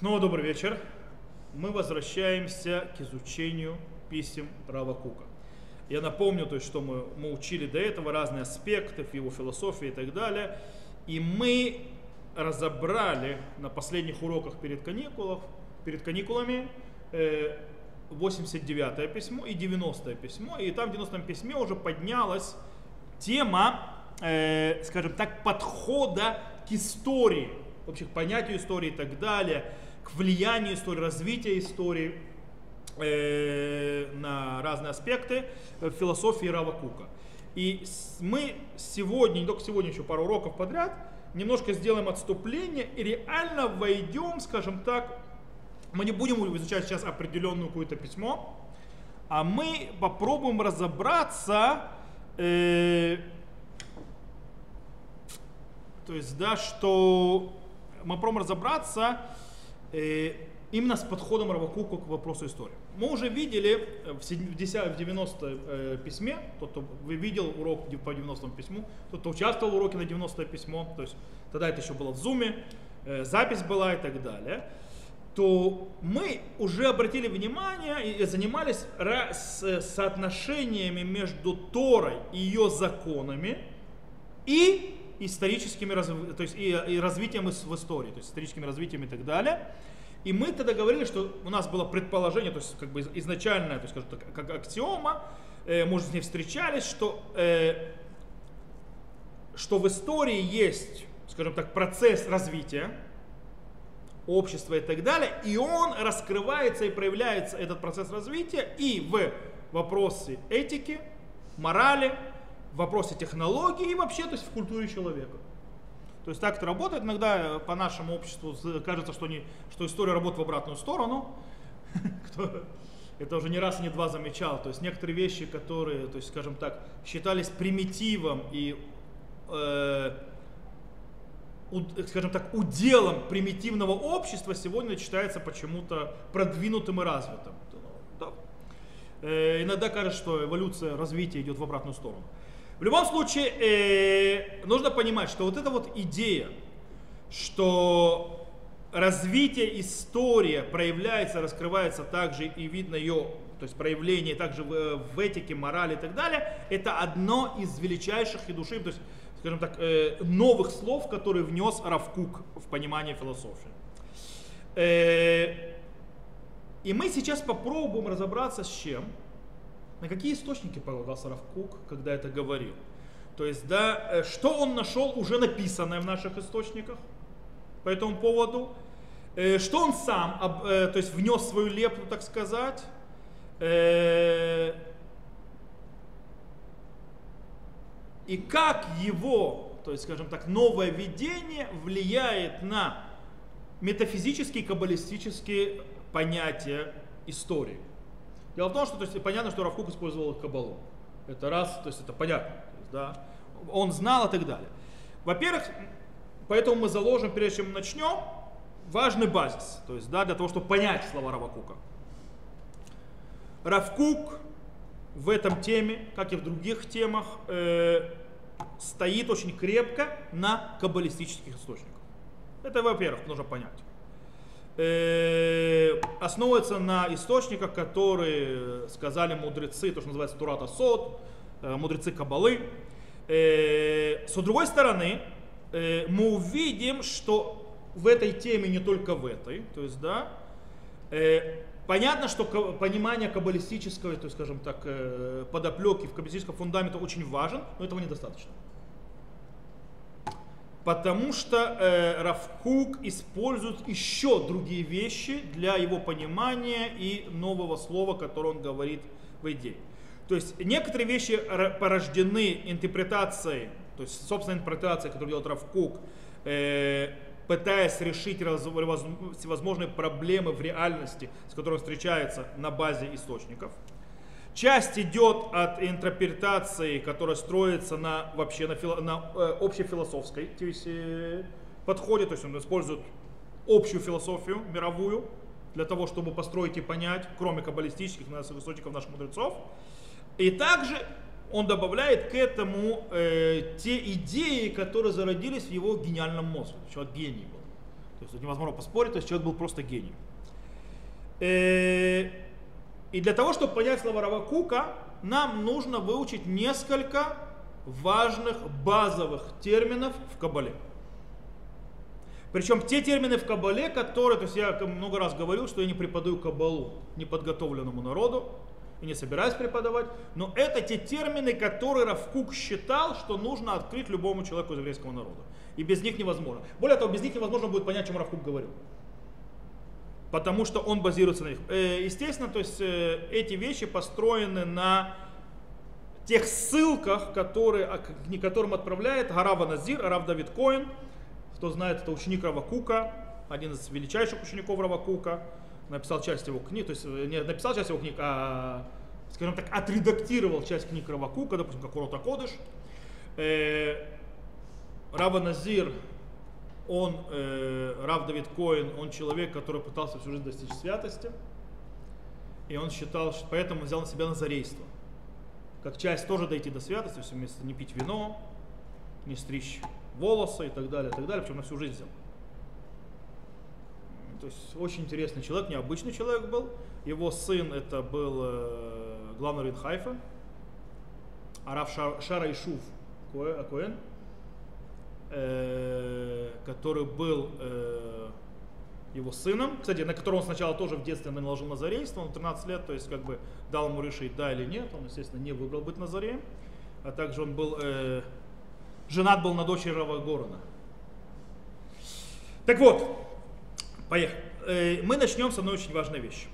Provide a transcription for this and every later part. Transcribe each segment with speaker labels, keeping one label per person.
Speaker 1: Снова добрый вечер. Мы возвращаемся к изучению писем Рава Кока. Я напомню, то есть, что мы учили до этого разные аспекты его философии и так далее. И мы разобрали на последних уроках перед каникулами 89-е письмо и 90-е письмо. И там в 90-м письме уже поднялась тема, скажем так, подхода к истории, вообще к понятию истории и так далее, к влиянию истории, развитию истории на разные аспекты философии Рава Кока. И мы сегодня, не только сегодня, еще пару уроков подряд, немножко сделаем отступление и реально войдем, скажем так, мы не будем изучать сейчас определенное какое-то письмо, а мы попробуем разобраться, то есть, да, что мы попробуем разобраться именно с подходом Рава Кока к вопросу истории. Мы уже видели в 90-м письме, тот, кто видел урок по 90-му письму, тот, кто участвовал в уроке на 90-е письмо, то есть тогда это еще было в Zoom, запись была и так далее, то мы уже обратили внимание и занимались соотношениями между Торой и ее законами и историческими, то есть и развитием в истории, то есть историческими развитием и так далее. И мы тогда говорили, что у нас было предположение, то есть как бы изначальное, то есть, скажем так, как аксиома, мы уже с ней встречались, что в истории есть, скажем так, процесс развития общества и так далее, и он раскрывается и проявляется, этот процесс развития, и в вопросе этики, морали, в вопросе технологий и вообще, то есть в культуре человека. То есть так это работает. Иногда по нашему обществу кажется, что история работает в обратную сторону. Это уже не раз и не два замечал. То есть некоторые вещи, которые, то есть, скажем так, считались примитивом и, скажем так, уделом примитивного общества, сегодня считается почему-то продвинутым и развитым. Иногда кажется, что эволюция развития идет в обратную сторону. В любом случае, нужно понимать, что вот эта вот идея, что развитие истории проявляется, раскрывается также и видно ее, то есть проявление также в этике, морали и так далее, это одно из величайших хидушим, то есть, скажем так, новых слов, которые внес Рав Кок в понимание философии. И мы сейчас попробуем разобраться с чем. На какие источники полагался Рав Кок, когда это говорил? То есть, да, что он нашел уже написанное в наших источниках по этому поводу, что он сам, то есть, внес свою лепту, так сказать, и как его, то есть, скажем так, новое видение влияет на метафизические, каббалистические понятия истории. Дело в том, что, то есть, понятно, что Рав Кок использовал каббалу. Это раз, то есть это понятно. То есть, да, он знал и так далее. Во-первых, поэтому мы заложим, прежде чем мы начнем, важный базис. То есть, да, для того, чтобы понять слова Рава Кока. Рав Кок в этом теме, как и в других темах, стоит очень крепко на каббалистических источниках. Это, во-первых, нужно понять. Основывается на источниках, которые сказали мудрецы, то, что называется Турат а-Сод, мудрецы Каббалы. С другой стороны, мы увидим, что в этой теме, не только в этой, то есть, да, понятно, что понимание каббалистического, то есть, скажем так, подоплеки в каббалистическом фундаменте очень важен, но этого недостаточно. Потому что Рав Кок использует еще другие вещи для его понимания и нового слова, которое он говорит в идее. То есть некоторые вещи порождены интерпретацией, то есть собственной интерпретацией, которую делает Рав Кок, пытаясь решить всевозможные проблемы в реальности, с которыми встречается на базе источников. Часть идет от интерпретации, которая строится на общефилософской подходе, то есть он использует общую философию мировую для того, чтобы построить и понять, кроме каббалистических источников наших мудрецов. И также он добавляет к этому те идеи, которые зародились в его гениальном мозге. Человек гений был. То есть невозможно поспорить, то есть человек был просто гений. И для того, чтобы понять слова Рава Кука, нам нужно выучить несколько важных базовых терминов в Кабале. Причем те термины в Кабале, которые, то есть я много раз говорил, что я не преподаю Кабалу неподготовленному народу и не собираюсь преподавать, но это те термины, которые Рав Кук считал, что нужно открыть любому человеку из еврейского народа. И без них невозможно. Более того, без них невозможно будет понять, о чем Рав Кук говорил. Потому что он базируется на них. Естественно, то есть эти вещи построены на тех ссылках, к которым отправляет Рав Назир, Рав Давид Коэн. Кто знает, это ученик Рава Кука, один из величайших учеников Рава Кука. Написал часть его книг, то есть не написал часть его книг, а, скажем так, отредактировал часть книг Рава Кука, допустим, как Урот ха-Кодеш. Рав Назир, Рав Давид Коэн, он человек, который пытался всю жизнь достичь святости. И он считал, что поэтому взял на себя назарейство. Как часть тоже дойти до святости, то есть вместо не пить вино, не стричь волосы и так далее, причем на всю жизнь взял. То есть очень интересный человек, необычный человек был. Его сын это был главный раввин Хайфа, Рав Шара Ишув Коэн, который был его сыном, кстати, на которого он сначала тоже в детстве наложил назарейство, он 13 лет, то есть как бы дал ему решить, да или нет, он, естественно, не выбрал быть назареем, а также он был, женат был на дочери Рава Горана. Так вот, поехали. Мы начнем с одной очень важной вещи.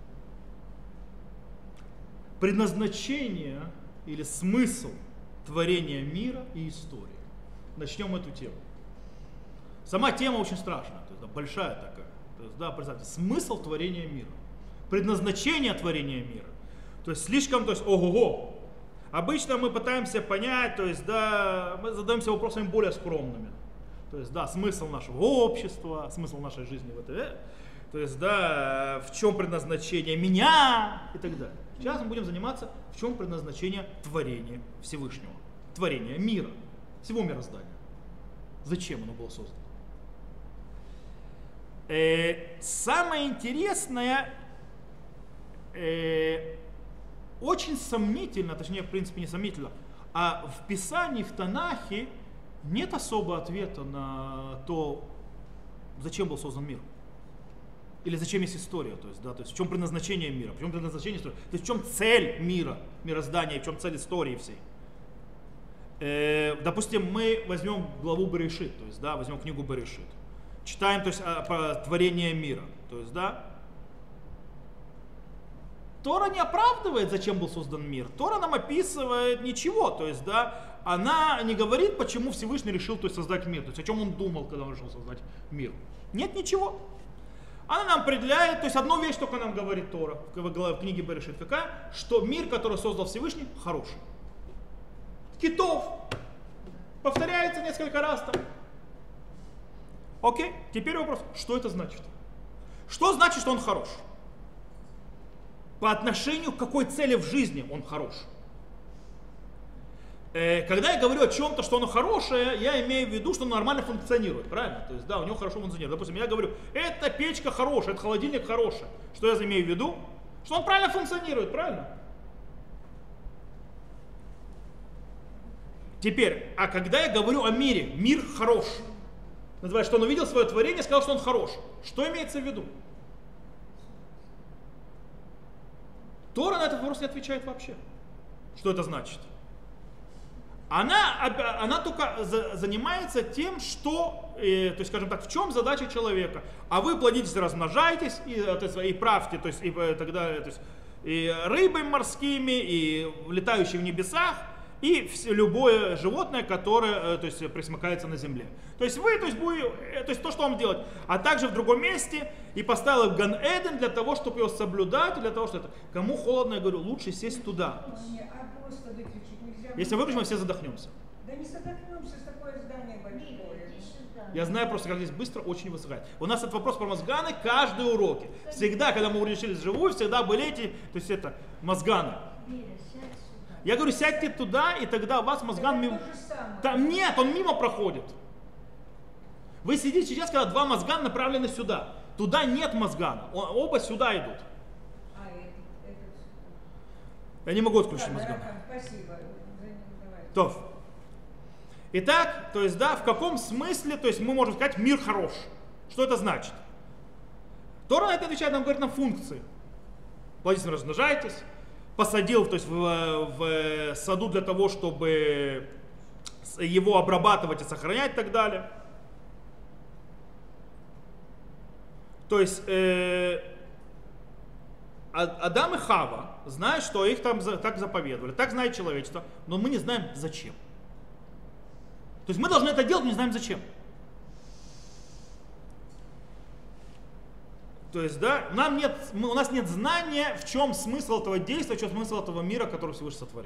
Speaker 1: Предназначение или смысл творения мира и истории. Начнем эту тему. Сама тема очень страшная, то есть, да, большая такая. То есть, да, представьте, смысл творения мира, предназначение творения мира. То есть слишком, то есть ого-го. Обычно мы пытаемся понять, то есть, да, мы задаемся вопросами более скромными. То есть, да, смысл нашего общества, смысл нашей жизни в это. То есть, да, в чем предназначение меня и так далее. Сейчас мы будем заниматься, в чем предназначение творения Всевышнего, творения мира, всего мироздания. Зачем оно было создано? Самое интересное, очень сомнительно, точнее, в принципе, не сомнительно, а в Писании, в Танахе нет особого ответа на то, зачем был создан мир. Или зачем есть история, то есть, да, то есть в чем предназначение мира, в чем предназначение истории, то есть в чем цель мира, мироздания, в чем цель истории всей. Допустим, мы возьмем главу Берешит, то есть, да, возьмем книгу Берешит, читаем, то есть, про творение мира, то есть, да, Тора не оправдывает, зачем был создан мир, Тора нам описывает ничего, то есть, да, она не говорит, почему Всевышний решил, то есть, создать мир, то есть, о чем он думал, когда он решил создать мир. Нет ничего. Она нам определяет, то есть, одну вещь только нам говорит Тора в книге Берешит, какая, что мир, который создал Всевышний, хороший. Китов. Повторяется несколько раз там. Окей, теперь вопрос, что это значит? Что значит, что он хорош? По отношению к какой цели в жизни он хорош? Когда я говорю о чем-то, что оно хорошее, я имею в виду, что оно нормально функционирует, правильно? То есть, да, у него хорошо функционирует. Допустим, я говорю, эта печка хорошая, этот холодильник хороший. Что я имею в виду? Что он правильно функционирует, правильно? Теперь, а когда я говорю о мире, мир хорош, называется, что он увидел свое творение, сказал, что он хорош. Что имеется в виду? Тора на этот вопрос не отвечает вообще. Что это значит? Она только занимается тем, что, то есть, скажем так, в чем задача человека. А вы плодитесь, размножайтесь, и правьте, то есть, и так далее, то есть, и рыбами морскими, и летающие в небесах, и любое животное, которое, то есть, присмыкается на земле. То есть вы, то есть то, что вам делать. А также в другом месте и поставил Ган-Эден для того, чтобы его соблюдать, для того, чтобы это. Кому холодно, я говорю, лучше сесть туда. Если выключим, мы все задохнемся.
Speaker 2: Да не задохнемся, с такое здание большое.
Speaker 1: Я знаю просто, как здесь быстро очень высыхает. У нас этот вопрос про мозганы каждый уроки. Всегда, когда мы учились вживую, всегда были эти, то есть это, мозганы. Я говорю, сядьте туда, и тогда у вас мозган мимо. Там нет, он мимо проходит. Вы сидите сейчас, когда два мозга направлены сюда. Туда нет мозгана, оба сюда идут. Я не могу отключить мозган.
Speaker 2: Спасибо.
Speaker 1: То. Итак, то есть, да, в каком смысле, то есть мы можем сказать, мир хорош. Что это значит? Тора на это отвечает, нам говорит, на функции. Плодитесь, размножайтесь. Посадил, то есть в саду для того, чтобы его обрабатывать и сохранять и так далее. То есть Адам и Хава знают, что их там так заповедовали, так знает человечество, но мы не знаем зачем. То есть мы должны это делать, но не знаем зачем. То есть, да, у нас нет знания, в чем смысл этого действия, в чем смысл этого мира, который Всевышний сотворил.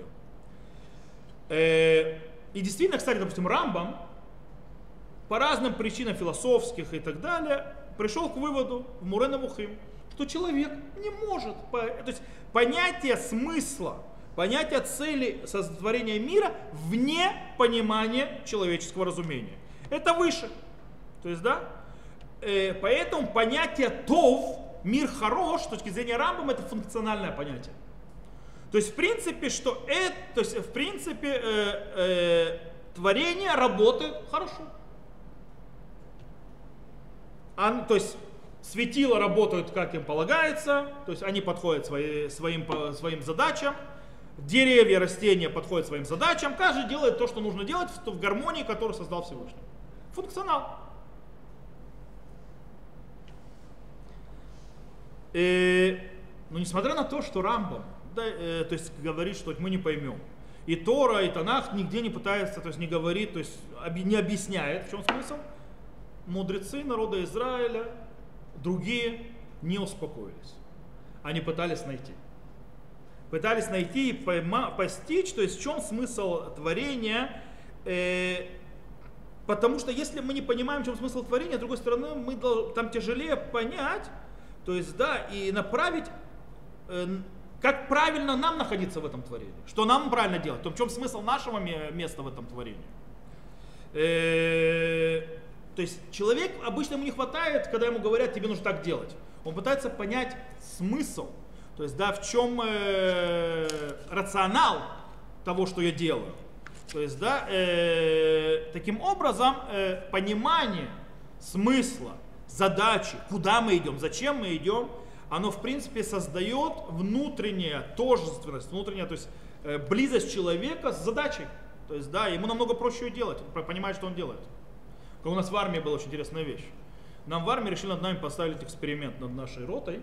Speaker 1: И действительно, кстати, допустим, Рамбам по разным причинам философских и так далее пришел к выводу в Муре Невухим, что человек не может, то есть понятие смысла, понятие цели сотворения мира вне понимания человеческого разумения. Это выше. То есть, да, поэтому понятие тов, мир хорош, с точки зрения Рамбама, это функциональное понятие. То есть, в принципе, творение работает хорошо. То есть, светила работают, как им полагается, то есть они подходят своим задачам, деревья, растения подходят своим задачам, каждый делает то, что нужно делать в гармонии, которую создал Всевышний. Функционал. Но несмотря на то, что Рамбам, да, то есть говорит, что мы не поймем, и Тора, и Танах нигде не пытается, то есть не говорит, то есть не объясняет, в чем смысл, мудрецы народа Израиля, другие не успокоились. Они пытались найти. Пытались найти и постичь, то есть в чем смысл творения, потому что если мы не понимаем, в чем смысл творения, с другой стороны, там тяжелее понять, то есть, да, и направить, как правильно нам находиться в этом творении, что нам правильно делать, в чем смысл нашего места в этом творении. То есть человек, обычно ему не хватает, когда ему говорят, тебе нужно так делать. Он пытается понять смысл, то есть, да, в чем рационал того, что я делаю. То есть, да, таким образом понимание смысла, задачи, куда мы идем, зачем мы идем, оно в принципе создает внутреннюю тождественность, то есть близость человека с задачей. То есть, да, ему намного проще ее делать, понимать, что он делает. У нас в армии была очень интересная вещь. Нам в армии решили над нами поставить эксперимент над нашей ротой.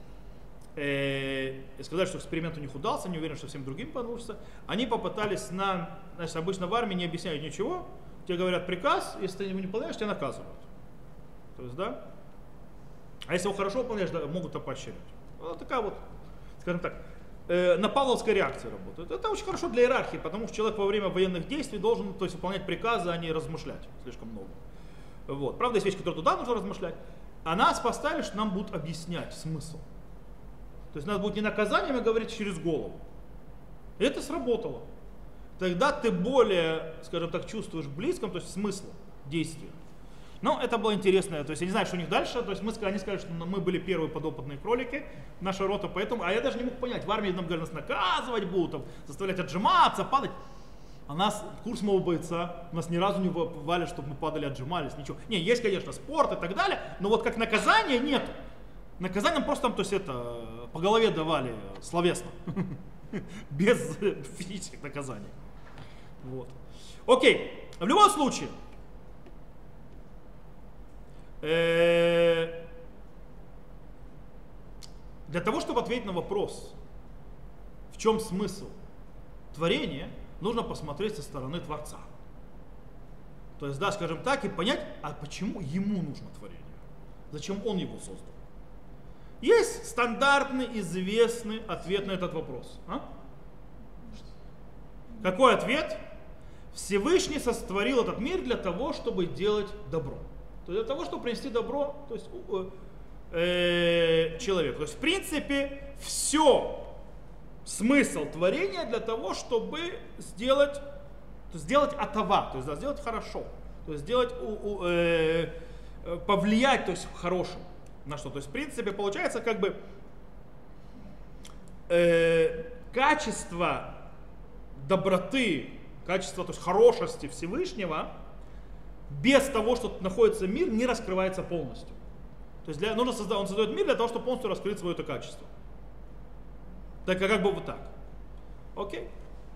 Speaker 1: И сказать, что эксперимент у них удался, не уверен, что всем другим получится. Они попытались нам, значит, обычно в армии не объясняют ничего. Тебе говорят приказ, если ты его не выполняешь, тебя наказывают. То есть, да. А если его хорошо выполняешь, да, могут поощрять. Вот такая вот, скажем так, на павловской реакции работает. Это очень хорошо для иерархии, потому что человек во время военных действий должен, то есть, выполнять приказы, а не размышлять слишком много. Вот. Правда, есть вещи, которые туда нужно размышлять. А нас поставили, что нам будут объяснять смысл. То есть, надо будет не наказаниями говорить через голову. И это сработало. Тогда ты более, скажем так, чувствуешь близком, то есть смысл действия. Но это было интересно. То есть я не знаю, что у них дальше. То есть они сказали, что мы были первые подопытные кролики, наша рота, поэтому. А я даже не мог понять, в армии нам говорят, нас наказывать будут, там, заставлять отжиматься, падать. А нас, курс моего бойца, нас ни разу не бывали, чтобы мы падали, отжимались, ничего. Не, есть, конечно, спорт и так далее, но вот как наказание нет. Наказание просто там, то есть это, по голове давали словесно. Без физических наказаний. Вот. Окей. В любом случае. Для того, чтобы ответить на вопрос, в чем смысл творения, нужно посмотреть со стороны Творца. То есть, да, скажем так, и понять, а почему ему нужно творение? Зачем он его создал? Есть стандартный, известный ответ на этот вопрос. Какой ответ? Всевышний сотворил этот мир для того, чтобы делать добро. То есть для того, чтобы принести добро, то есть, человеку. То есть, в принципе, все смысл творения для того, чтобы сделать атава, то есть, да, сделать хорошо, то есть сделать повлиять, то есть хорошим на что. То есть в принципе получается как бы качество доброты, качество, то есть хорошести Всевышнего без того, что находится мир, не раскрывается полностью. То есть он создает мир для того, чтобы полностью раскрыть свое это качество. Так как бы вот так. Окей.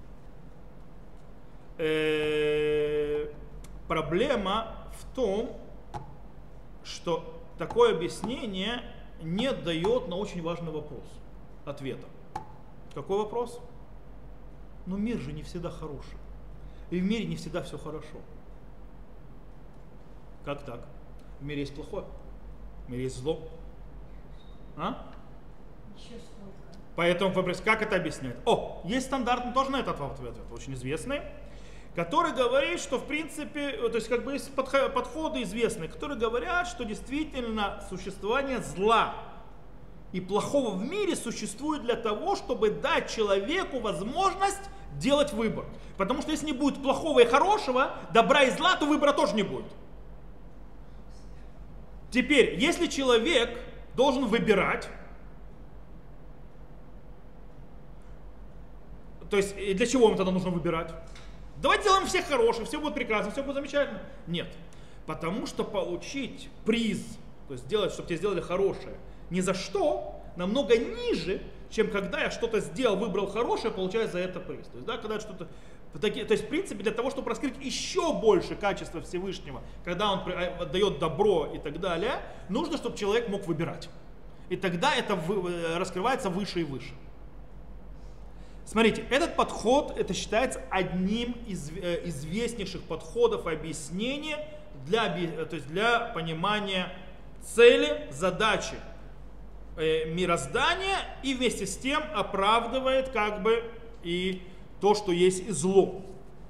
Speaker 1: Проблема в том, что такое объяснение не дает на очень важный вопрос ответа. Какой вопрос? Но мир же не всегда хороший. И в мире не всегда все хорошо. Как так? В мире есть плохое. В мире есть зло. А?
Speaker 2: Еще сколько?
Speaker 1: Поэтому вопрос, как это объяснять? Есть стандартный тоже на этот ответ, очень известный, который говорит, что в принципе, то есть как бы есть подходы известные, которые говорят, что действительно существование зла и плохого в мире существует для того, чтобы дать человеку возможность делать выбор. Потому что если не будет плохого и хорошего, добра и зла, то выбора тоже не будет. Теперь, если человек должен выбирать, то есть для чего ему тогда нужно выбирать? Давайте сделаем всех хороших, все будет прекрасно, все будет замечательно. Нет. Потому что получить приз, то есть сделать, чтобы тебе сделали хорошее, ни за что, намного ниже, чем когда я что-то сделал, выбрал хорошее, получаю за это приз. То есть, да, когда что-то... То есть, в принципе, для того, чтобы раскрыть еще больше качества Всевышнего, когда он дает добро и так далее, нужно, чтобы человек мог выбирать. И тогда это раскрывается выше и выше. Смотрите, этот подход, это считается одним из известнейших подходов объяснения то есть для понимания цели, задачи мироздания и вместе с тем оправдывает как бы и то, что есть и зло.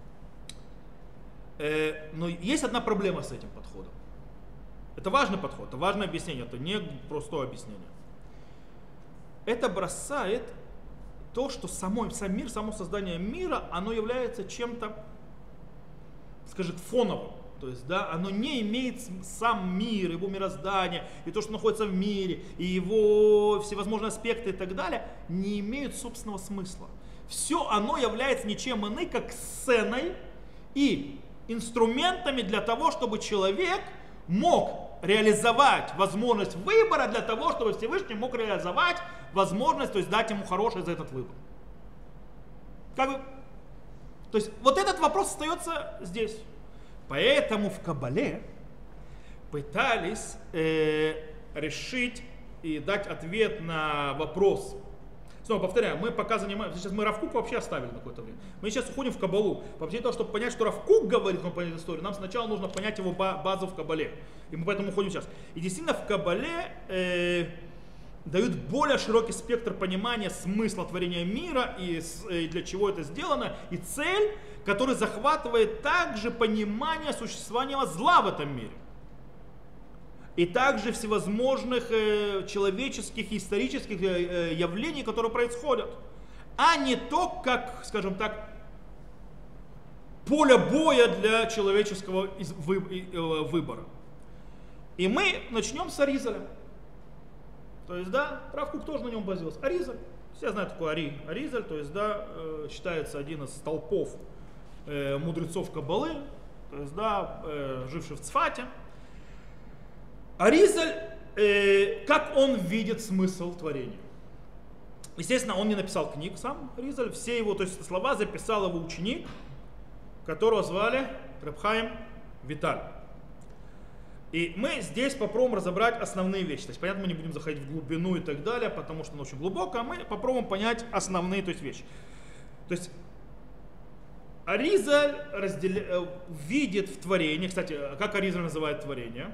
Speaker 1: Но есть одна проблема с этим подходом. Это важный подход, это важное объяснение, это не простое объяснение. Это бросает то, что сам мир, само создание мира, оно является чем-то, скажем, фоновым. То есть, да, оно не имеет сам мир, его мироздание, и то, что находится в мире, и его всевозможные аспекты и так далее, не имеют собственного смысла. Все оно является ничем иным, как сценой и инструментами для того, чтобы человек мог реализовать возможность выбора, для того, чтобы Всевышний мог реализовать возможность, то есть дать ему хорошее за этот выбор. Как бы, то есть вот этот вопрос остается здесь. Поэтому в Кабале пытались решить и дать ответ на вопрос. Снова повторяю, мы пока занимаемся, сейчас мы Рав Кука вообще оставили на какое-то время. Мы сейчас уходим в Кабалу. По причине того, чтобы понять, что Рав Кук говорит, но понять историю, нам сначала нужно понять его базу в Кабале. И мы поэтому уходим сейчас. И действительно в Кабале дают более широкий спектр понимания смысла творения мира и для чего это сделано, и цель, который захватывает также понимание существования зла в этом мире. И также всевозможных человеческих и исторических явлений, которые происходят. А не то, как, скажем так, поле боя для человеческого выбора. И мы начнем с Аризаля. То есть, да, Рав Кук тоже на нем базировался. Аризаль. Все знают, такой Аризаль, то есть, да, считается один из столпов мудрецов Каббалы, то есть, да, живший в Цфате. Аризаль, как он видит смысл творения? Естественно, он не написал книг сам, Аризаль, все его, то есть, слова записал его ученик, которого звали Реб Хаим Виталь. И мы здесь попробуем разобрать основные вещи. То есть, понятно, мы не будем заходить в глубину и так далее, потому что оно очень глубоко, а мы попробуем понять основные, то есть, вещи. То есть, Аризаль видит в творении, кстати, как Аризаль называет творение?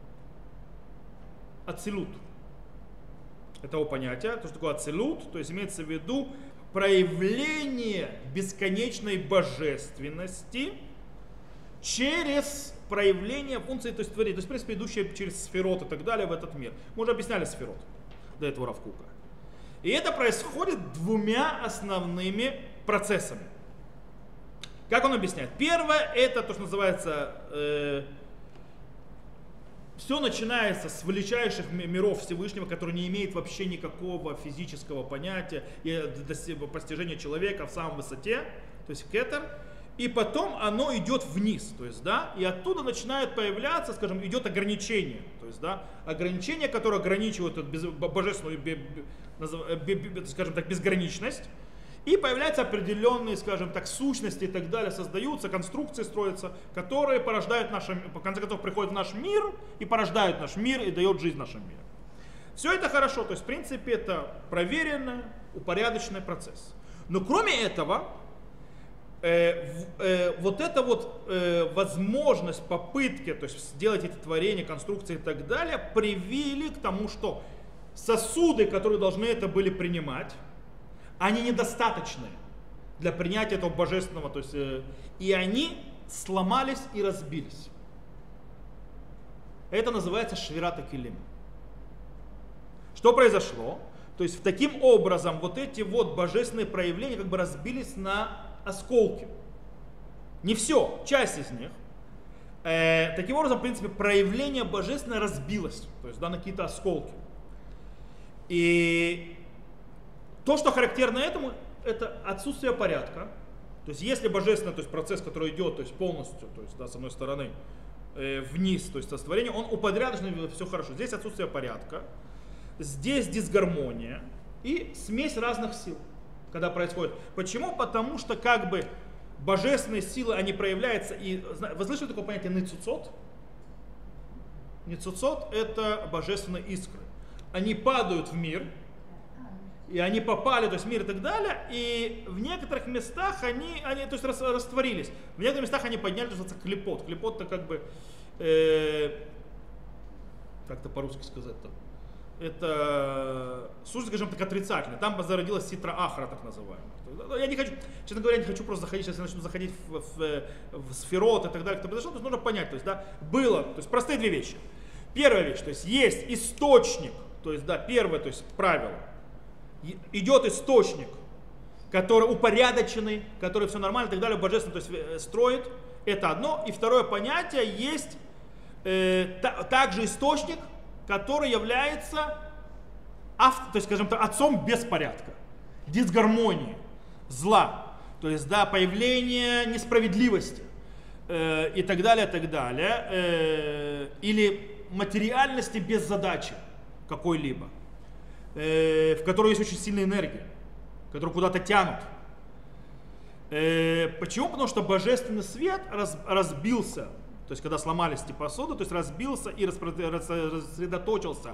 Speaker 1: Ацилут. Это его понятие, то, что такое ацилут, то есть имеется в виду проявление бесконечной божественности через проявление функции, то есть творения, то есть, в принципе, идущее через сферот и так далее в этот мир. Мы уже объясняли сферот до этого Рав Кука. И это происходит двумя основными процессами. Как он объясняет? Первое, это то, что называется все начинается с величайших миров Всевышнего, который не имеет вообще никакого физического понятия и постижения человека в самой высоте, то есть кетер, и потом оно идет вниз, то есть, да, и оттуда начинает появляться, скажем, идет ограничение, то есть, да, ограничение, которое ограничивает божественную, скажем так, безграничность, и появляются определенные, скажем так, сущности и так далее, создаются, конструкции строятся, которые порождают в конце концов, приходят в наш мир и порождают наш мир и дают жизнь нашему миру. Все это хорошо, то есть, в принципе, это проверенный, упорядоченный процесс. Но кроме этого, вот эта вот возможность, попытки, то есть сделать эти творения, конструкции и так далее, привели к тому, что сосуды, которые должны это были принимать, они недостаточны для принятия этого божественного, то есть, и они сломались и разбились. Это называется швират акилим. Что произошло? То есть таким образом вот эти вот божественные проявления как бы разбились на осколки. Не все, часть из них. Таким образом, в принципе, проявление божественное разбилось, то есть, да, на какие-то осколки. И то, что характерно этому, это отсутствие порядка. То есть, если божественный, то есть процесс, который идет, то есть полностью, то есть, да, с одной стороны, вниз, то есть сотворение, он упорядочен, все хорошо. Здесь отсутствие порядка, здесь дисгармония и смесь разных сил, когда происходит. Почему? Потому что как бы божественные силы, они проявляются, и вы слышали такое понятие ницуцот? Ницуцот — это божественные искры. Они падают в мир, и они попали, то есть в мир и так далее, и в некоторых местах они то есть, растворились. В некоторых местах они поднялись, называется клепот. Клепот — это как бы, как-то по-русски сказать-то, это суть, скажем так, отрицательная. Там зародилась ситра ахра, так называемая. Я не хочу, честно говоря, не хочу просто заходить, сейчас я начну заходить в сферот и так далее, кто произошел, то есть нужно понять, то есть, да, было, то есть простые две вещи. Первая вещь, то есть есть источник, то есть, да, первое, то есть правило. Идет источник, который упорядоченный, который все нормально и так далее, божественно, то есть строит, это одно. И второе понятие, есть также источник, который является, то есть, скажем так, отцом беспорядка, дисгармонии, зла, то есть, да, появление несправедливости и так далее, или материальности без задачи какой-либо, в которой есть очень сильная энергия, которую куда-то тянут. Почему? Потому что божественный свет разбился, то есть когда сломались эти посуды, то есть разбился и рассредоточился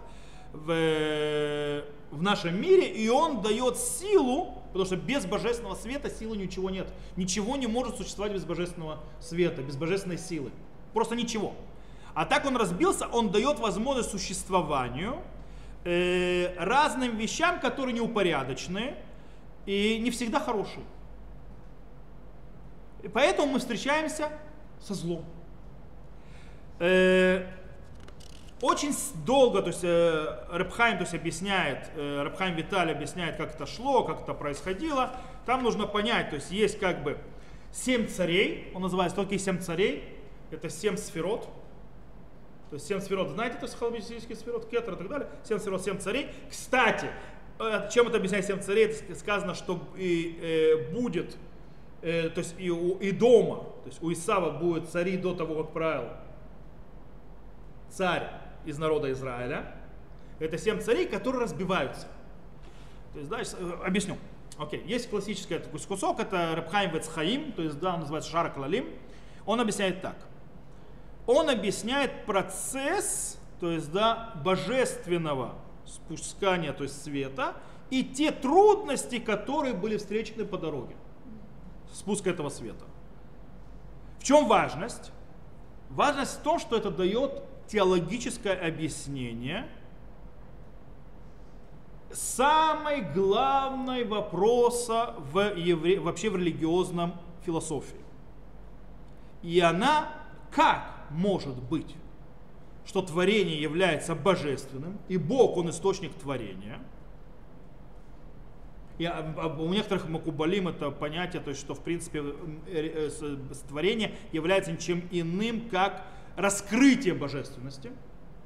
Speaker 1: в нашем мире, и он дает силу, потому что без божественного света силы ничего нет. Ничего не может существовать без божественного света, без божественной силы. Просто ничего. А так он разбился, он дает возможность существованию разным вещам, которые неупорядочные и не всегда хорошие. И поэтому мы встречаемся со злом. Очень долго, то есть Реб Хаим, то есть объясняет, Реб Хаим Виталий объясняет, как это шло, как это происходило. Там нужно понять, то есть есть как бы 7 царей, он называется только 7 царей, это 7 сферот. То есть 7 сферот, знаете, то есть халабистический сферот, кетер и так далее. 7 сферот, 7 царей. Кстати, чем это объясняет 7 царей? Это сказано, что будет, то есть и у Идома, то есть у Исава будет цари до того, как правил царь из народа Израиля. Это 7 царей, которые разбиваются. То есть, да, объясню. Окей. Есть классический такой кусок, это Реб Хаим Вец Хаим, то есть, да, он называется Шар Клалим. Он объясняет так. Он объясняет процесс, то есть, да, божественного спускания, то есть света, и те трудности, которые были встречены по дороге спуска этого света. В чем важность? Важность в том, что это дает теологическое объяснение самой главной вопроса вообще в религиозном философии. И она как может быть, что творение является божественным, и Бог, он источник творения. И у некоторых макубалим это понятие, то есть, что в принципе творение является ничем иным, как раскрытие божественности.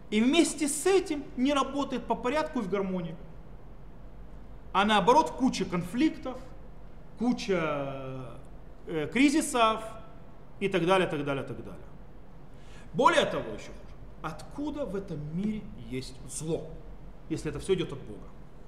Speaker 1: И вместе с этим не работает по порядку и в гармонии. А наоборот, куча конфликтов, куча кризисов и так далее, так далее, так далее. Более того, еще хуже. Откуда в этом мире есть зло, если это все идет от Бога?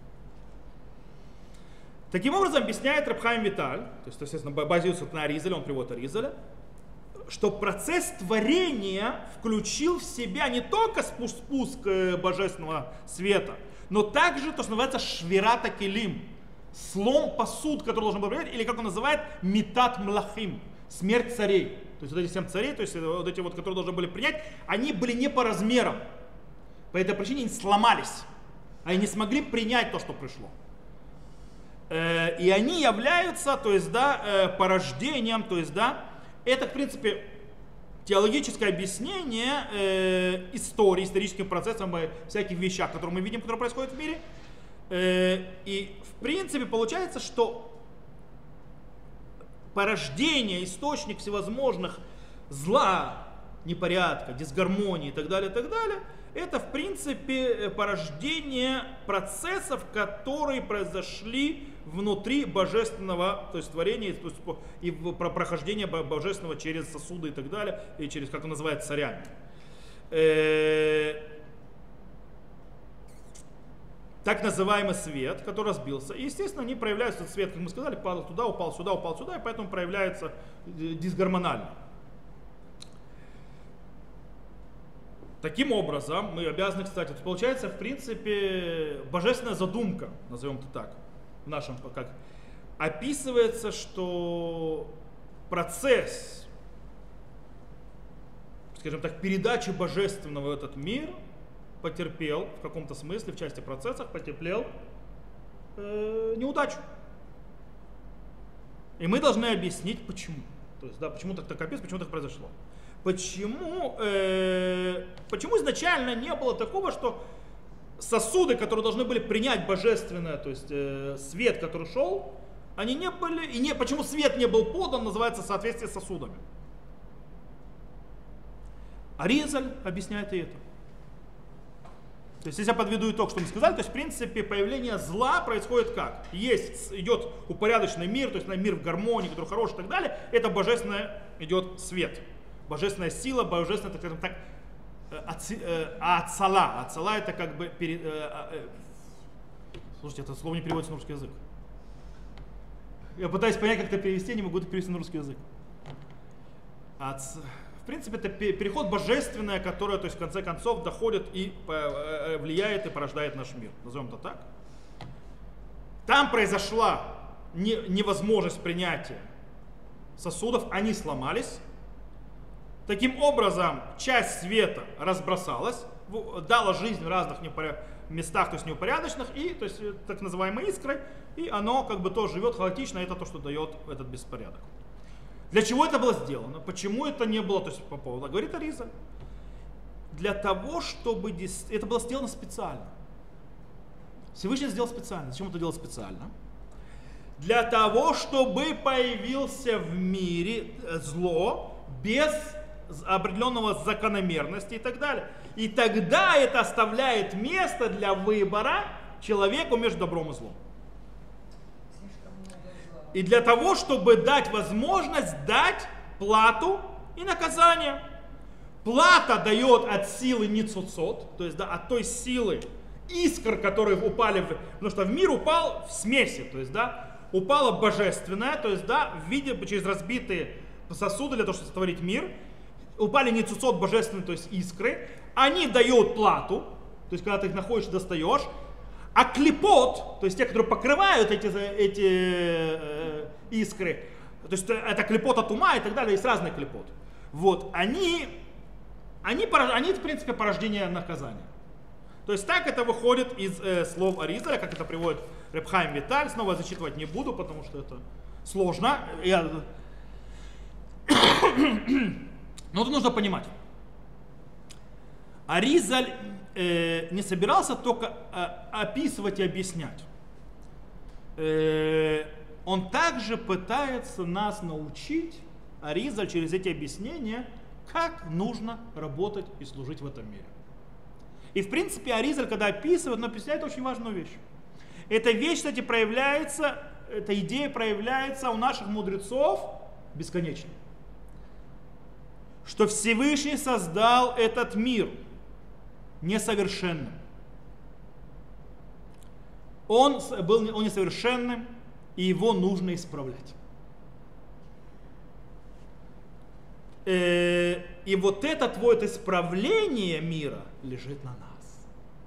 Speaker 1: Таким образом, объясняет Раб Хаим Виталь, то есть, естественно, базируется на Аризале, он приводит Аризаля, что процесс творения включил в себя не только спуск божественного света, но также то, что называется швирата келим, слом посуд, который должен был принять, или как он называет, метат млахим, смерть царей. То есть вот эти 7 царей, то есть вот эти вот, которые должны были принять, они были не по размерам. По этой причине они сломались, они не смогли принять то, что пришло. И они являются, то есть, да, порождением, то есть, да, это, в принципе, теологическое объяснение истории, историческим процессам, всяких вещах, которые мы видим, которые происходят в мире. И, в принципе, получается, что порождение, источник всевозможных зла, непорядка, дисгармонии и так далее, это, в принципе, порождение процессов, которые произошли внутри божественного, то есть творения, то есть, и прохождение божественного через сосуды и так далее, и через, как он называет, царями. Так называемый свет, который разбился. И, естественно, они проявляются, этот свет, как мы сказали, падал туда, упал сюда, и поэтому проявляется дисгармонально. Таким образом, мы обязаны, кстати, получается, в принципе, божественная задумка, назовем это так, в нашем, как описывается, что процесс, скажем так, передачи божественного в этот мир потерпел, в каком-то смысле, в части процессов, потерпел неудачу. И мы должны объяснить, почему. То есть, да, почему так описано, почему так произошло. Почему изначально не было такого, что сосуды, которые должны были принять божественное, то есть свет, который шел, они не были, и почему свет не был подан, называется соответствие с сосудами. Аризаль объясняет и это. То есть, если я подведу итог, что мы сказали, то есть, в принципе, появление зла происходит как? Идет упорядоченный мир, то есть мир в гармонии, который хороший и так далее, это божественное идет свет. Божественная сила, божественная, так скажем так, ацала. Ацала это как бы... Слушайте, это слово не переводится на русский язык. Я пытаюсь понять, как это перевести, не могу это перевести на русский язык. В принципе, это переход божественное, которое, то есть, в конце концов, доходит и влияет и порождает наш мир. Назовем это так. Там произошла невозможность принятия сосудов, они сломались. Таким образом, часть света разбросалась, дала жизнь в разных местах, то есть неупорядочных, и то есть так называемой искрой, и оно как бы тоже живет хаотично, это то, что дает этот беспорядок. Для чего это было сделано? Почему это не было, то есть по поводу, говорит Аризаль, для того, чтобы это было сделано специально. Всевышний сделал специально. Зачем это делал специально? Для того, чтобы появился в мире зло без определенного закономерности и так далее. И тогда это оставляет место для выбора человеку между добром и злом. И для того, чтобы дать возможность дать плату и наказание. Плата дает от силы ницуцот, то есть да, от той силы искр, которые упали, потому что в мир упал в смеси, то есть да, упало божественное, то есть да, в виде через разбитые сосуды для того, чтобы сотворить мир. Упали ницуцот божественные, то есть искры, они дают плату, то есть когда ты их находишь, достаешь, а клипот, то есть те, которые покрывают эти искры, то есть это клипот от ума и так далее, есть разные клипот. Вот, они в принципе порождение наказания. То есть так это выходит из слов Аризаля, как это приводит Раб Хаим Виталь, снова зачитывать не буду, потому что это сложно. Но это нужно понимать. Аризаль не собирался только описывать и объяснять. Он также пытается нас научить, Аризаль, через эти объяснения, как нужно работать и служить в этом мире. И в принципе Аризаль, когда описывает, он объясняет очень важную вещь. Эта вещь, кстати, проявляется, эта идея проявляется у наших мудрецов бесконечно. Что Всевышний создал этот мир несовершенным. Он несовершенным, и его нужно исправлять. И вот это твое исправление мира лежит на нас.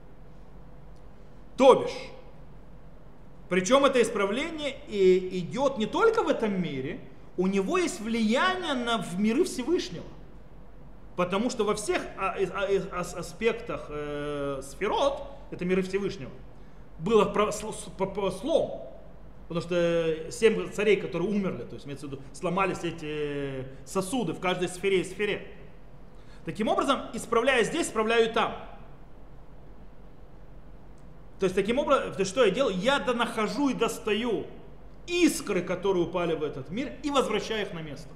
Speaker 1: То бишь, причем это исправление идет не только в этом мире, у него есть влияние на миры Всевышнего. Потому что во всех аспектах сферот, это миры Всевышнего, было слом. Потому что 7 царей, которые умерли, то есть имеется в виду, сломались эти сосуды в каждой сфере и сфере. Таким образом, исправляя здесь, исправляю и там. То есть таким образом, то есть, что я делаю? Я нахожу и достаю искры, которые упали в этот мир, и возвращаю их на место.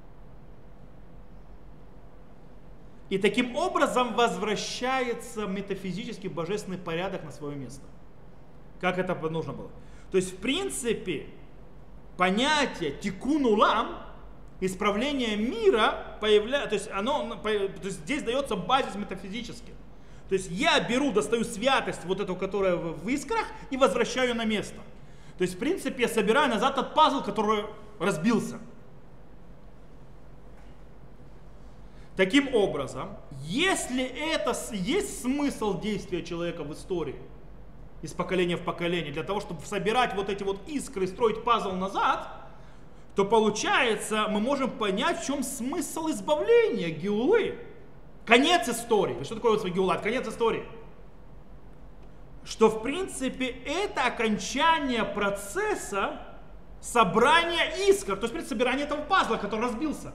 Speaker 1: И таким образом возвращается метафизический божественный порядок на свое место. Как это нужно было? То есть, в принципе, понятие тикун улам, исправление мира, то есть здесь дается базис метафизически. То есть я достаю святость, вот эту, которая в искрах, и возвращаю на место. То есть, в принципе, я собираю назад тот пазл, который разбился. Таким образом, если это есть смысл действия человека в истории, из поколения в поколение, для того, чтобы собирать вот эти вот искры, строить пазл назад, то получается, мы можем понять, в чем смысл избавления, геулы. Конец истории. Что такое геула? Конец истории. Что в принципе это окончание процесса собрания искр, то есть в принципе, собирание этого пазла, который разбился.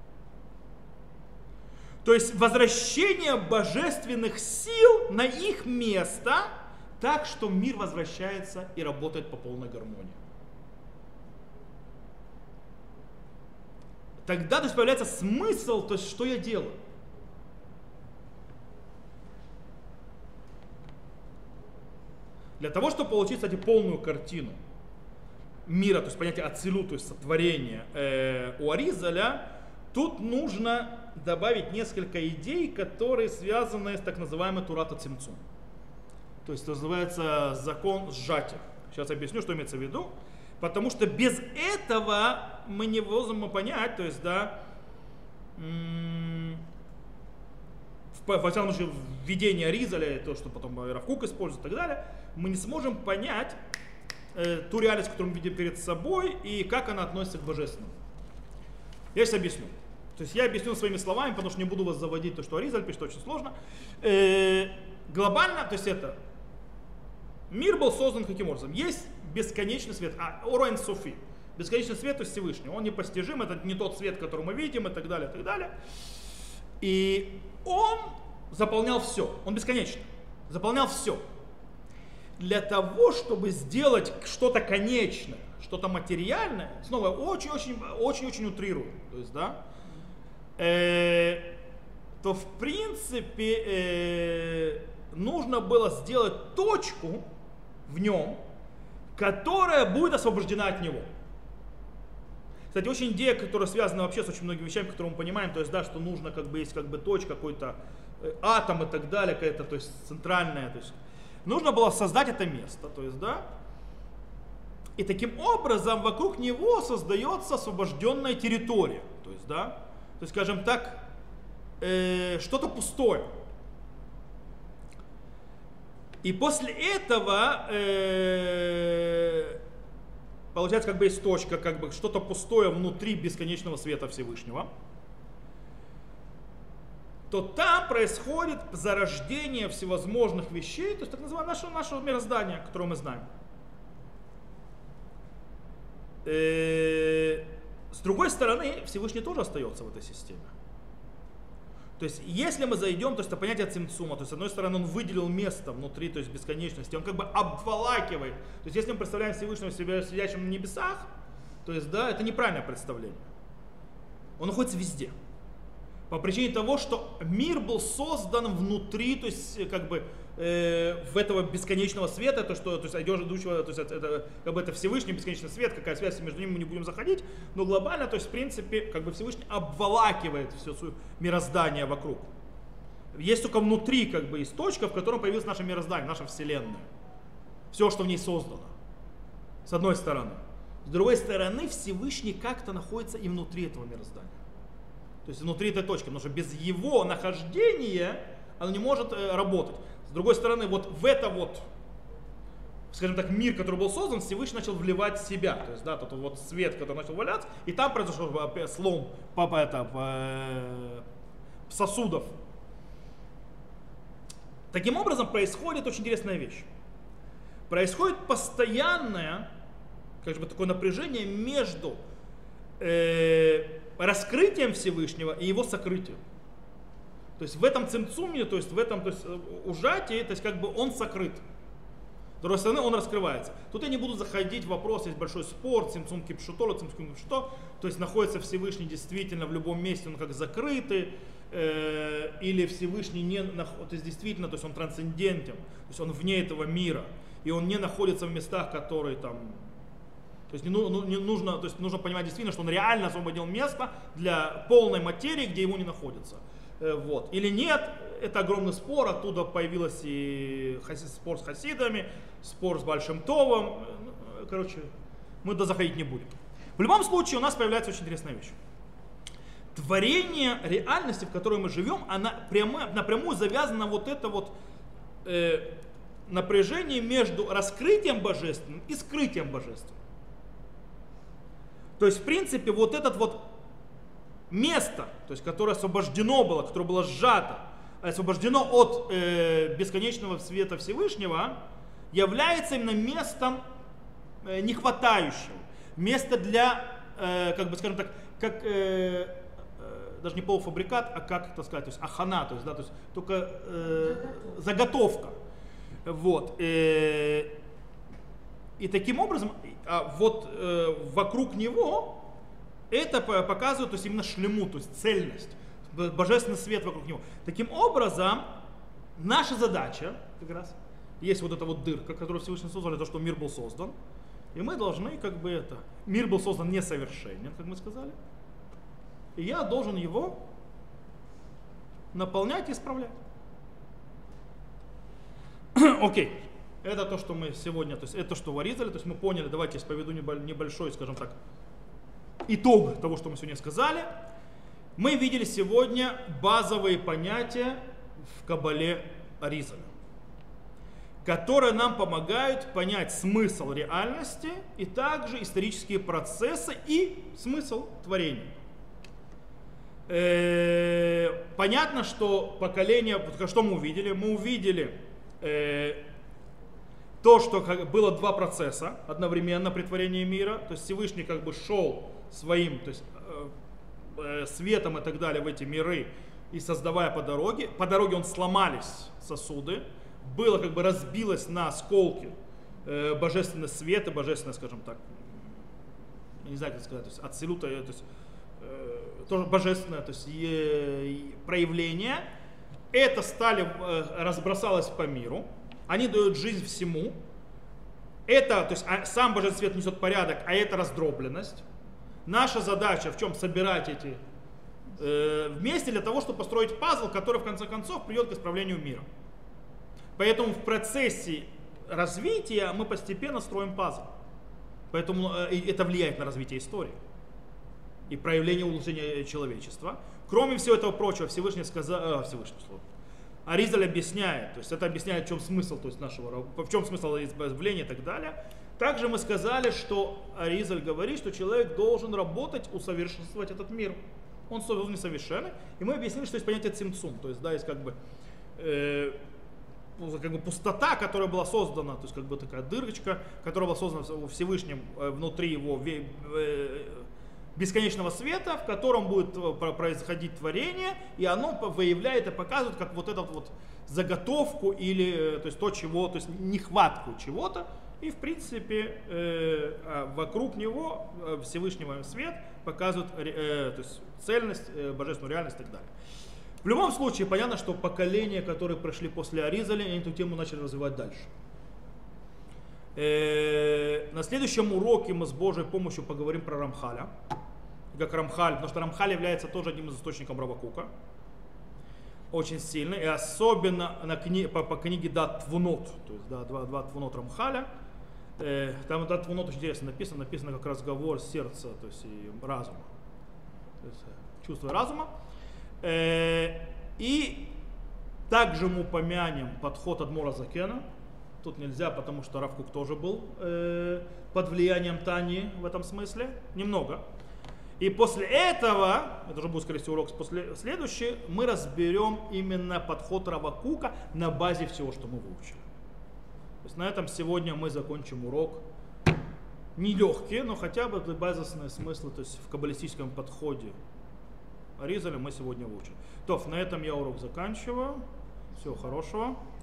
Speaker 1: То есть возвращение божественных сил на их место, так, что мир возвращается и работает по полной гармонии. Тогда то есть, появляется смысл, то есть что я делаю. Для того, чтобы получить, кстати, полную картину мира, то есть понятие ацилу, то есть сотворения у Аризаля, тут нужно добавить несколько идей, которые связаны с так называемой Турата Цимцум. То есть, это называется закон сжатия. Сейчас объясню, что имеется в виду. Потому что без этого мы не можем понять, то есть, да, во всяком случае, введение Аризаля, то, что потом Рав Кук использует и так далее, мы не сможем понять ту реальность, которую мы видим перед собой, и как она относится к божественному. Я сейчас объясню. То есть, я объясню своими словами, потому что не буду вас заводить, то, что Аризаль пишет, очень сложно. Глобально, то есть, это мир был создан каким образом? Есть бесконечный свет, Орен Софи, бесконечный свет, то есть Всевышний. Он непостижим, это не тот свет, который мы видим, и так далее, и так далее. И он заполнял все, он бесконечный, заполнял все. Для того, чтобы сделать что-то конечное, что-то материальное, снова очень утрирую, то есть, да, то в принципе нужно было сделать точку в нем, которая будет освобождена от него. Кстати, очень идея, которая связана вообще с очень многими вещами, которые мы понимаем, то есть, да, что нужно, как бы, есть как бы точка, какой-то атом и так далее, какая-то, то есть, центральная, то есть, нужно было создать это место, то есть, да, и таким образом вокруг него создается освобожденная территория, то есть, да, то есть, скажем так, что-то пустое. И после этого получается, как бы есть точка, как бы что-то пустое внутри бесконечного света Всевышнего, то там происходит зарождение всевозможных вещей, то есть так называемое наше мироздание, которое мы знаем. С другой стороны, Всевышний тоже остается в этой системе. То есть, если мы зайдем, то есть это понятие цимцума, то есть, с одной стороны, он выделил место внутри, то есть бесконечности, он как бы обволакивает. То есть, если мы представляем Всевышнего себя сидящим на небесах, то есть, да, это неправильное представление. Он находится везде. По причине того, что мир был создан внутри, то есть как бы в этого бесконечного света, то что, то есть идущего, то есть это как бы это Всевышний бесконечный свет, какая связь между ними, мы не будем заходить, но глобально, то есть в принципе как бы Всевышний обволакивает все свое мироздание вокруг. Есть только внутри как бы есть точка, в котором появилось наше мироздание, наша вселенная, все, что в ней создано, с одной стороны. С другой стороны, Всевышний как-то находится и внутри этого мироздания. То есть внутри этой точки, потому что без его нахождения оно не может работать. С другой стороны, вот в это вот, скажем так, мир, который был создан, Всевышний начал вливать в себя. То есть, да, тот вот свет, который начал валяться, и там произошел слом сосудов. Таким образом, происходит очень интересная вещь. Происходит постоянное, как бы, такое напряжение между раскрытием Всевышнего и его сокрытием. То есть в этом цимцуме, то есть в этом ужатии, то есть как бы он сокрыт. С другой стороны, он раскрывается. Тут я не буду заходить в вопрос, есть большой спор, цимцум кипшуто, цимцум кипшуто, то есть находится Всевышний действительно в любом месте, он как закрытый, или Всевышний не находится, то есть действительно, то есть он трансцендентен, то есть он вне этого мира, и он не находится в местах, которые там. То есть, не нужно, то есть нужно понимать действительно, что он реально освободил место для полной материи, где ему не находится. Вот. Или нет, это огромный спор, оттуда появился и спор с хасидами, спор с Большим Товом. Короче, мы туда заходить не будем. В любом случае у нас появляется очень интересная вещь. Творение реальности, в которой мы живем, она напрямую завязана на вот это вот напряжение между раскрытием божественным и скрытием божественным. То есть, в принципе, вот это вот место, то есть, которое освобождено было, которое было сжато, освобождено от бесконечного света Всевышнего, является именно местом нехватающим. Место для, как бы, скажем так, как, даже не полуфабрикат, а как это сказать, то есть ахана, то есть, да, то есть только заготовка. Вот. И таким образом, вот вокруг него это показывает, то есть именно шлему, то есть цельность, божественный свет вокруг него. Таким образом, наша задача, как раз, есть вот эта вот дырка, которую Всевышний создал, для того, чтобы мир был создан. И мы должны, как бы это, мир был создан несовершенен, как мы сказали. И я должен его наполнять и исправлять. Окей. Это то, что мы сегодня, то есть это, что в Аризале, то есть мы поняли, давайте я поведу небольшой, скажем так, итог того, что мы сегодня сказали. Мы видели сегодня базовые понятия в Кабале Аризаля, которые нам помогают понять смысл реальности и также исторические процессы и смысл творения. Понятно, что поколение, что мы увидели? Мы увидели то, что было два процесса одновременно при творении мира, то есть Всевышний как бы шел своим, то есть, светом и так далее в эти миры и создавая по дороге он сломались сосуды, было как бы разбилось на осколки божественный свет и божественное, скажем так, не знаю как сказать, то есть ацилута, то есть тоже божественное, то есть проявление, это разбросалось по миру. Они дают жизнь всему. Это, то есть сам божественный свет несет порядок, а это раздробленность. Наша задача в чем? Собирать эти вместе для того, чтобы построить пазл, который в конце концов приведет к исправлению мира. Поэтому в процессе развития мы постепенно строим пазл. Поэтому это влияет на развитие истории и проявление улучшения человечества. Кроме всего этого прочего, Всевышний сказал, Аризаль объясняет, то есть это объясняет, в чем смысл, то есть в чем смысл избавления и так далее. Также мы сказали, что Аризаль говорит, что человек должен работать, усовершенствовать этот мир. Он несовершенный. И мы объяснили, что есть понятие цимцум, то есть да, есть как бы пустота, которая была создана, то есть как бы такая дырочка, которая была создана Всевышним внутри его бесконечного света, в котором будет происходить творение, и оно выявляет и показывает, как вот эту вот заготовку или то есть то, чего, то есть нехватку чего-то, И в принципе вокруг него Всевышнего свет показывает то есть цельность, божественную реальность и так далее. В любом случае понятно, что поколения, которые прошли после Аризаля, они эту тему начали развивать дальше. На следующем уроке мы с Божьей помощью поговорим про Рамхаля. Как Рамхаль, потому что Рамхаль является тоже одним из источников Рава-Кука. Очень сильный. И особенно по книге Дат Твунот. То есть два Твунот Рамхаля. Там Дат Твунот очень интересно написано как разговор сердца, то есть и разума. То есть чувство разума. И также мы упомянем подход Адмора Закена. Тут нельзя, потому что Рав Кук тоже был под влиянием Тани в этом смысле. Немного. И после этого, это уже будет, скорее всего, урок следующий, мы разберем именно подход Рава Кука на базе всего, что мы выучили. То есть на этом сегодня мы закончим урок. Нелегкий, но хотя бы базисные смыслы, то есть в каббалистическом подходе Аризаля мы сегодня выучили. То, на этом я урок заканчиваю. Всего хорошего.